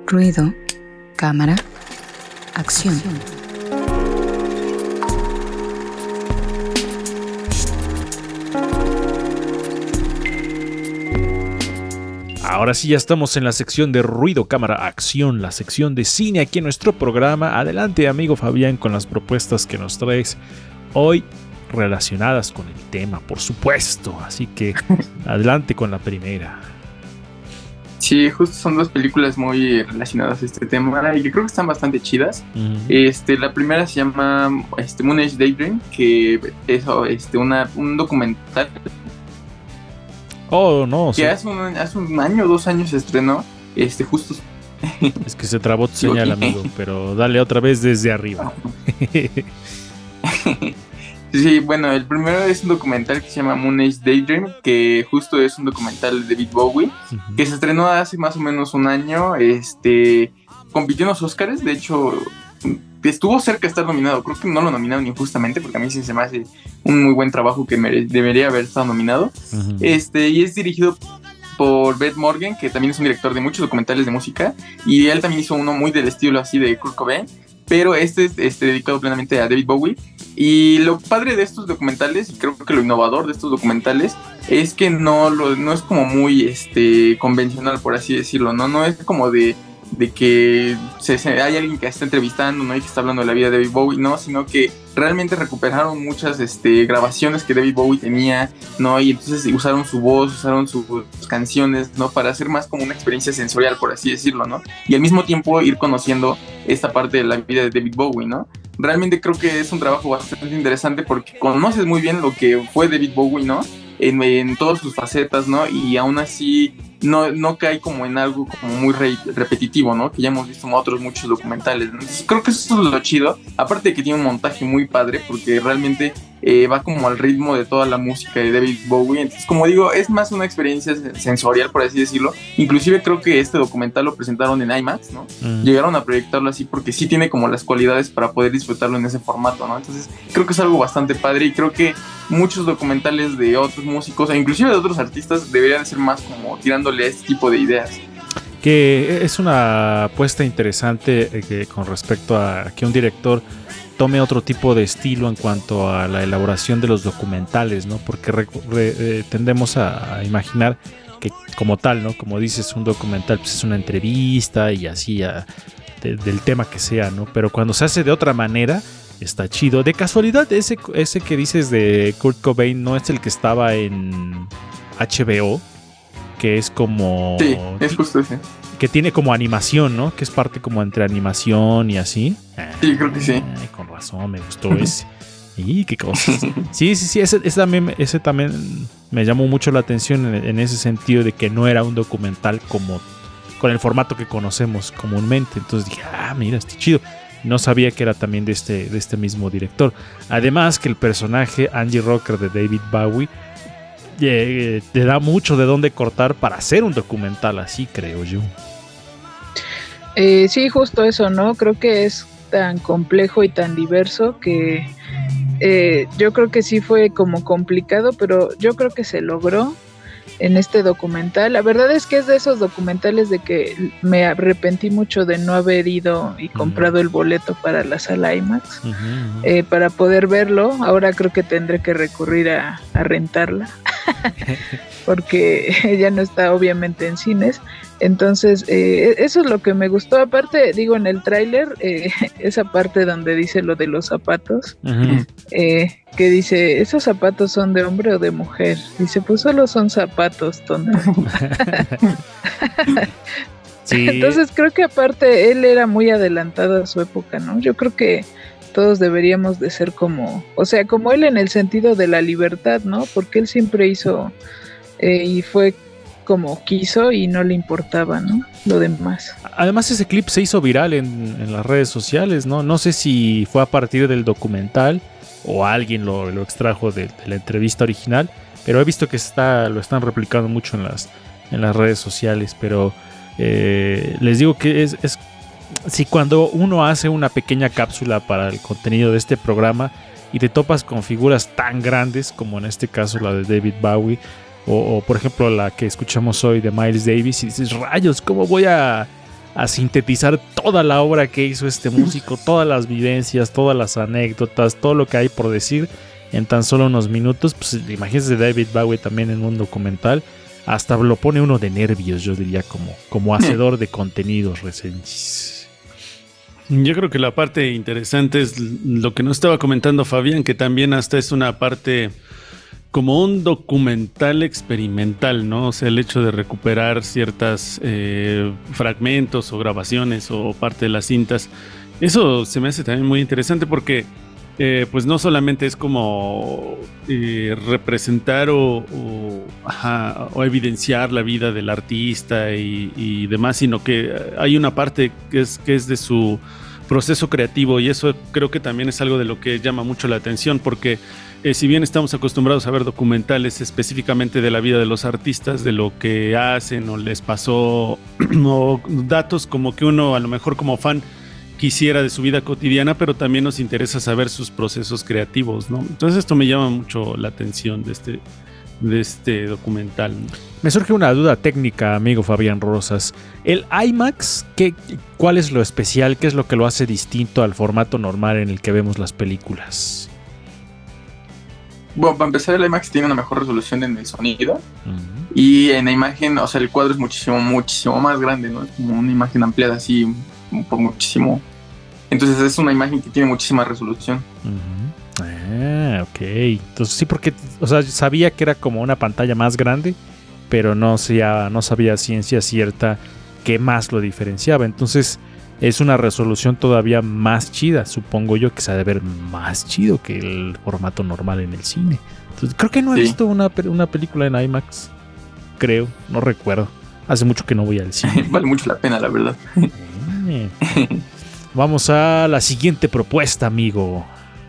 Ruido, cámara, acción. Ahora sí, ya estamos en la sección de ruido, cámara, acción, la sección de cine aquí en nuestro programa. Adelante, amigo Fabián, con las propuestas que nos traes hoy relacionadas con el tema, por supuesto. Así que adelante con la primera. Sí, justo son dos películas muy relacionadas a este tema y que creo que están bastante chidas. La primera se llama Moonage Daydream, que es un documental. Oh, no. Que hace un año o 2 años se estrenó. Justo. Es que se trabó tu señal, amigo, pero dale otra vez desde arriba. Sí, bueno, el primero es un documental que se llama Moonage Daydream, que justo es un documental de David Bowie, que se estrenó hace más o menos un año. Compitió en los Oscars, de hecho, estuvo cerca de estar nominado. Creo que no lo nominaron injustamente, porque a mí sí se me hace un muy buen trabajo que debería haber estado nominado. Y es dirigido por Beth Morgan, que también es un director de muchos documentales de música, y él también hizo uno muy del estilo así de Kurt Cobain, pero es dedicado plenamente a David Bowie. Y lo padre de estos documentales, y creo que lo innovador de estos documentales, es que no es como muy convencional, por así decirlo, no es como de que hay alguien que está entrevistando, ¿no? Y que está hablando de la vida de David Bowie, no, sino que realmente recuperaron muchas grabaciones que David Bowie tenía, ¿no? Y entonces usaron su voz, usaron sus canciones, ¿no? Para hacer más como una experiencia sensorial, por así decirlo, ¿no? Y al mismo tiempo ir conociendo esta parte de la vida de David Bowie, ¿no? Realmente creo que es un trabajo bastante interesante porque conoces muy bien lo que fue David Bowie, ¿no? En todas sus facetas, ¿no? Y aún así no cae como en algo como muy repetitivo, ¿no? Que ya hemos visto en otros muchos documentales, ¿no? Entonces creo que eso es lo chido, aparte de que tiene un montaje muy padre, porque realmente va como al ritmo de toda la música de David Bowie. Entonces, como digo, es más una experiencia sensorial, por así decirlo. Inclusive creo que este documental lo presentaron en IMAX, ¿no? Llegaron a proyectarlo así porque sí tiene como las cualidades para poder disfrutarlo en ese formato, ¿no? Entonces creo que es algo bastante padre, y creo que muchos documentales de otros músicos, e inclusive de otros artistas, deberían ser más como tirándole a este tipo de ideas. Que es una apuesta interesante con respecto a que un director tome otro tipo de estilo en cuanto a la elaboración de los documentales, ¿no? Porque tendemos a imaginar que como tal, ¿no? Como dices, un documental pues es una entrevista y así del tema que sea, ¿no? Pero cuando se hace de otra manera, está chido. De casualidad, ese que dices de Kurt Cobain no es el que estaba en HBO, que es como... Sí, es justo ese. Que tiene como animación, ¿no? Que es parte como entre animación y así. Sí, creo que sí. Ay, con razón, me gustó ese. Y qué cosas. Sí, ese también me llamó mucho la atención en ese sentido de que no era un documental como con el formato que conocemos comúnmente. Entonces dije, mira, está chido. No sabía que era también de este mismo director. Además que el personaje Angie Rocker de David Bowie te da mucho de dónde cortar para hacer un documental así, creo yo. Sí, justo eso, ¿no? Creo que es tan complejo y tan diverso que yo creo que sí fue como complicado, pero yo creo que se logró en este documental. La verdad es que es de esos documentales de que me arrepentí mucho de no haber ido y comprado el boleto para la sala IMAX para poder verlo. Ahora creo que tendré que recurrir a rentarla porque ya no está obviamente en cines. Entonces eso es lo que me gustó. Aparte, digo, en el tráiler esa parte donde dice lo de los zapatos, que dice, ¿esos zapatos son de hombre o de mujer? Dice, pues solo son zapatos, tonto. Sí. Entonces creo que aparte él era muy adelantado a su época, ¿no? Yo creo que todos deberíamos de ser como él en el sentido de la libertad, ¿no? Porque él siempre hizo y fue como quiso y no le importaba, ¿no? Lo demás. Además ese clip se hizo viral en las redes sociales, ¿no? No sé si fue a partir del documental o alguien lo extrajo de la entrevista original, pero he visto que lo están replicando mucho en las redes sociales, pero les digo que es si cuando uno hace una pequeña cápsula para el contenido de este programa y te topas con figuras tan grandes como en este caso la de David Bowie o por ejemplo la que escuchamos hoy de Miles Davis y dices, rayos, ¿cómo voy a a sintetizar toda la obra que hizo este músico, todas las vivencias, todas las anécdotas, todo lo que hay por decir en tan solo unos minutos. Pues imagínense David Bowie también en un documental, hasta lo pone uno de nervios, yo diría, como hacedor de contenidos reseñas. Yo creo que la parte interesante es lo que nos estaba comentando Fabián, que también hasta es una parte como un documental experimental, ¿no? O sea, el hecho de recuperar ciertos fragmentos o grabaciones o parte de las cintas, eso se me hace también muy interesante porque pues no solamente es como representar o evidenciar la vida del artista y demás, sino que hay una parte que es de su proceso creativo, y eso creo que también es algo de lo que llama mucho la atención, porque si bien estamos acostumbrados a ver documentales específicamente de la vida de los artistas, de lo que hacen o les pasó, o datos como que uno a lo mejor como fan quisiera de su vida cotidiana, pero también nos interesa saber sus procesos creativos, ¿no? Entonces esto me llama mucho la atención de este documental, ¿no? Me surge una duda técnica, amigo Fabián Rosas. ¿El IMAX, cuál es lo especial? ¿Qué es lo que lo hace distinto al formato normal en el que vemos las películas? Bueno, para empezar, el IMAX tiene una mejor resolución en el sonido. Y en la imagen, o sea, el cuadro es muchísimo más grande, ¿no? Es como una imagen ampliada así por muchísimo. Entonces es una imagen que tiene muchísima resolución. Ok. Entonces sí, porque, o sea, sabía que era como una pantalla más grande, pero no sabía a ciencia cierta qué más lo diferenciaba. Entonces es una resolución todavía más chida, supongo yo, que se ha de ver más chido que el formato normal en el cine. Entonces, creo que no he visto una película en IMAX. Creo, no recuerdo. Hace mucho que no voy al cine. Vale mucho la pena, la verdad. Vamos a la siguiente propuesta, amigo.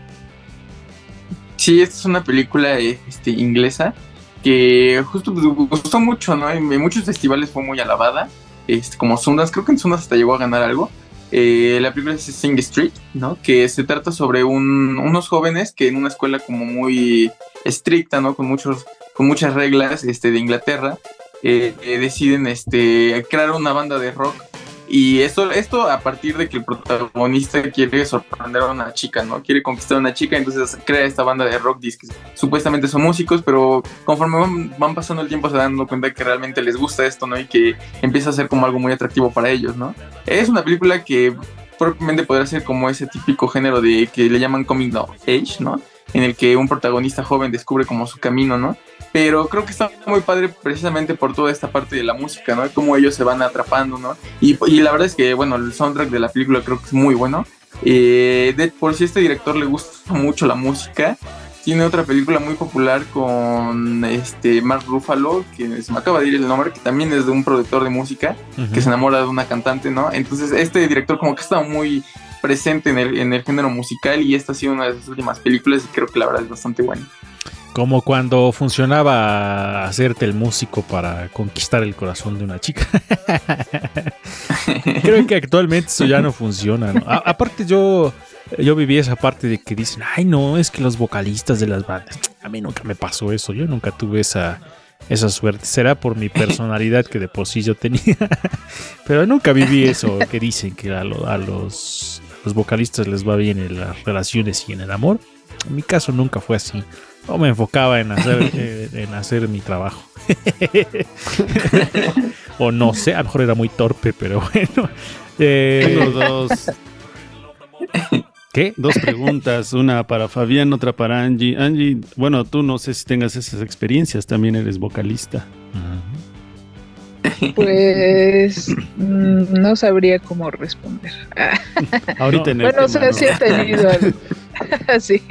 Sí, esta es una película inglesa que justo pues, gustó mucho, ¿no? En muchos festivales fue muy alabada. Como Sundance, creo que en Sundance hasta llegó a ganar algo. La película es Sing Street, ¿no? Que se trata sobre unos jóvenes que en una escuela como muy estricta, ¿no? Con muchas reglas de Inglaterra, deciden crear una banda de rock. Y esto a partir de que el protagonista quiere sorprender a una chica, ¿no? Quiere conquistar a una chica, entonces crea esta banda de rock que supuestamente son músicos, pero conforme van pasando el tiempo se dan cuenta que realmente les gusta esto, ¿no? Y que empieza a ser como algo muy atractivo para ellos, ¿no? Es una película que propiamente podría ser como ese típico género de que le llaman coming of age, ¿no? En el que un protagonista joven descubre como su camino, ¿no? Pero creo que está muy padre precisamente por toda esta parte de la música, ¿no? Cómo ellos se van atrapando, ¿no? Y la verdad es que, bueno, el soundtrack de la película creo que es muy bueno. Por si a este director le gusta mucho la música, tiene otra película muy popular con Mark Ruffalo, que se me acaba de ir el nombre, que también es de un productor de música, que se enamora de una cantante, ¿no? Entonces este director como que está muy presente en el género musical, y esta ha sido una de sus últimas películas y creo que la verdad es bastante buena. Como cuando funcionaba hacerte el músico para conquistar el corazón de una chica. Creo que actualmente eso ya no funciona, ¿no? Aparte yo viví esa parte de que dicen, ay no, es que los vocalistas de las bandas. A mí nunca me pasó eso, yo nunca tuve esa suerte. Será por mi personalidad que de por sí yo tenía. Pero nunca viví eso que dicen que a los vocalistas les va bien en las relaciones y en el amor. En mi caso nunca fue así. No me enfocaba en hacer mi trabajo. O no sé, a lo mejor era muy torpe, pero bueno. Tengo dos. ¿Qué? Dos preguntas, una para Fabián, otra para Angie. Angie, bueno, tú no sé si tengas esas experiencias, también eres vocalista. Pues no sabría cómo responder. Ahorita en el bueno, tema, sí he tenido algo. Sí.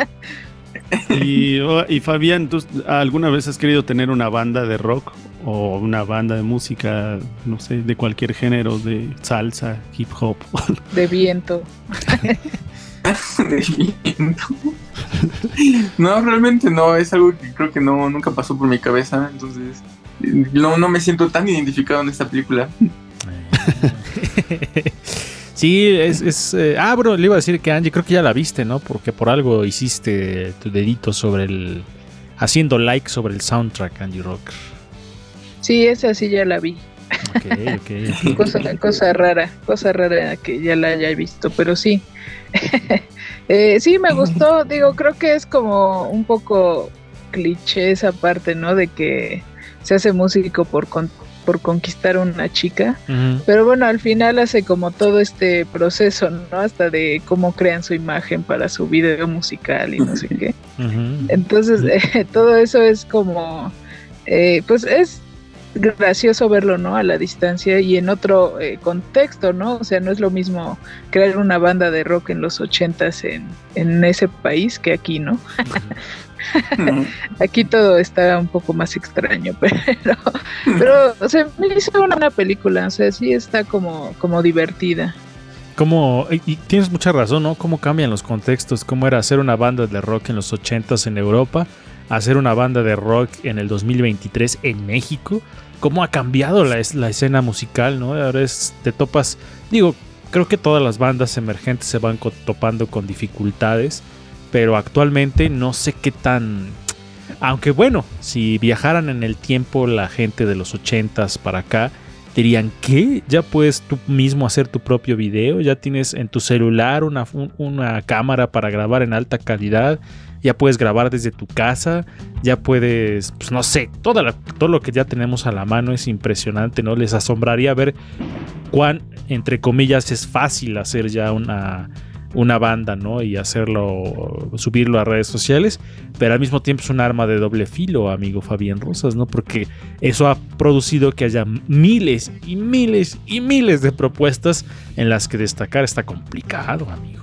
Y Fabián, ¿tú alguna vez has querido tener una banda de rock o una banda de música, no sé, de cualquier género, de salsa, hip hop? De viento. De viento. No, realmente no, es algo que creo que nunca pasó por mi cabeza, entonces no me siento tan identificado en esta película. Sí, bro, le iba a decir que Angie, creo que ya la viste, ¿no? Porque por algo hiciste tu dedito haciendo like sobre el soundtrack, Angie Rocker. Sí, esa sí ya la vi. Ok. Cosa rara que ya la haya visto, pero sí. Sí, me gustó, digo, creo que es como un poco cliché esa parte, ¿no? De que se hace músico por conquistar a una chica, pero bueno, al final hace como todo este proceso, ¿no? Hasta de cómo crean su imagen para su video musical y no sé qué. Entonces, todo eso es como, pues es gracioso verlo, ¿no? A la distancia y en otro contexto, ¿no? O sea, no es lo mismo crear una banda de rock en los 80s en ese país que aquí, ¿no? Aquí todo está un poco más extraño, pero o sea, me hizo una buena película, o sea, sí está como divertida. Y tienes mucha razón, ¿no? Cómo cambian los contextos, cómo era hacer una banda de rock en los 80s en Europa, hacer una banda de rock en el 2023 en México, cómo ha cambiado la escena musical, ¿no? Ahora te topas, digo, creo que todas las bandas emergentes se van topando con dificultades, pero actualmente no sé qué tan... Aunque bueno, si viajaran en el tiempo la gente de los 80s para acá, dirían, ¿qué? ¿Ya puedes tú mismo hacer tu propio video? ¿Ya tienes en tu celular una cámara para grabar en alta calidad? ¿Ya puedes grabar desde tu casa? ¿Ya puedes, pues no sé, todo lo que ya tenemos a la mano es impresionante, ¿no? Les asombraría ver cuán, entre comillas, es fácil hacer ya una banda, ¿no? Y subirlo a redes sociales, pero al mismo tiempo es un arma de doble filo, amigo Fabián Rosas, ¿no? Porque eso ha producido que haya miles y miles y miles de propuestas en las que destacar está complicado, amigo.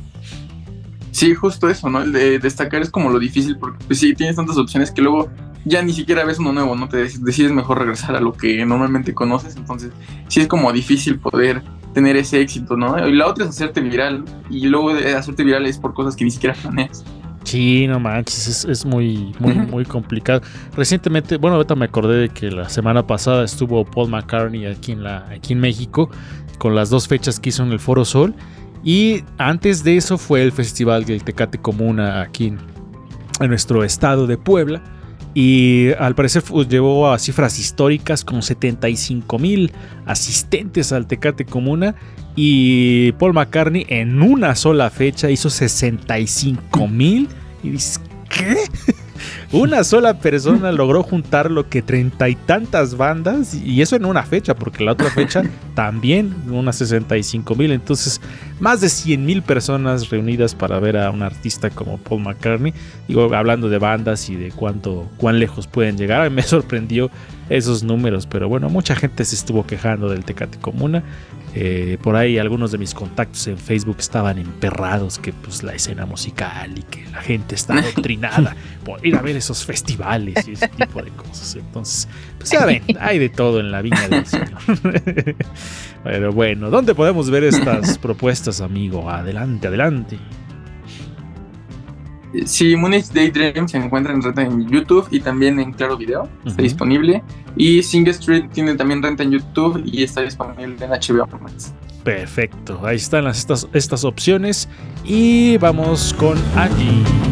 Sí, justo eso, ¿no? El de destacar es como lo difícil, porque pues sí, tienes tantas opciones que luego ya ni siquiera ves uno nuevo, ¿no? Te decides mejor regresar a lo que normalmente conoces, entonces sí es como difícil poder tener ese éxito, ¿no? Y la otra es hacerte viral, y luego de hacerte viral es por cosas que ni siquiera planeas. Sí, no manches, es muy complicado. Recientemente, bueno, ahorita me acordé de que la semana pasada estuvo Paul McCartney aquí en México, con las 2 fechas que hizo en el Foro Sol, y antes de eso fue el festival del Tecate Comuna aquí en nuestro estado de Puebla. Y al parecer llevó a cifras históricas como 75,000 asistentes al Tecate Comuna. Y Paul McCartney en una sola fecha hizo 65,000. Y dices, ¿qué? Una sola persona logró juntar lo que 30 y tantas bandas, y eso en una fecha, porque la otra fecha también unas 65,000. Entonces, más de 100,000 personas reunidas para ver a un artista como Paul McCartney. Digo, hablando de bandas y de cuán lejos pueden llegar, me sorprendió esos números, pero bueno, mucha gente se estuvo quejando del Tecate Comuna. Por ahí algunos de mis contactos en Facebook estaban emperrados que pues la escena musical y que la gente está adoctrinada por ir a ver esos festivales y ese tipo de cosas. Entonces, pues ya ven, hay de todo en la viña del Señor. Pero bueno, ¿dónde podemos ver estas propuestas, amigo? Adelante. Sí, Moonage Daydream se encuentra en renta en YouTube y también en Claro Video, está disponible. Y Sing Street tiene también renta en YouTube y está disponible en HBO Max. Perfecto, ahí están estas opciones y vamos con Angie.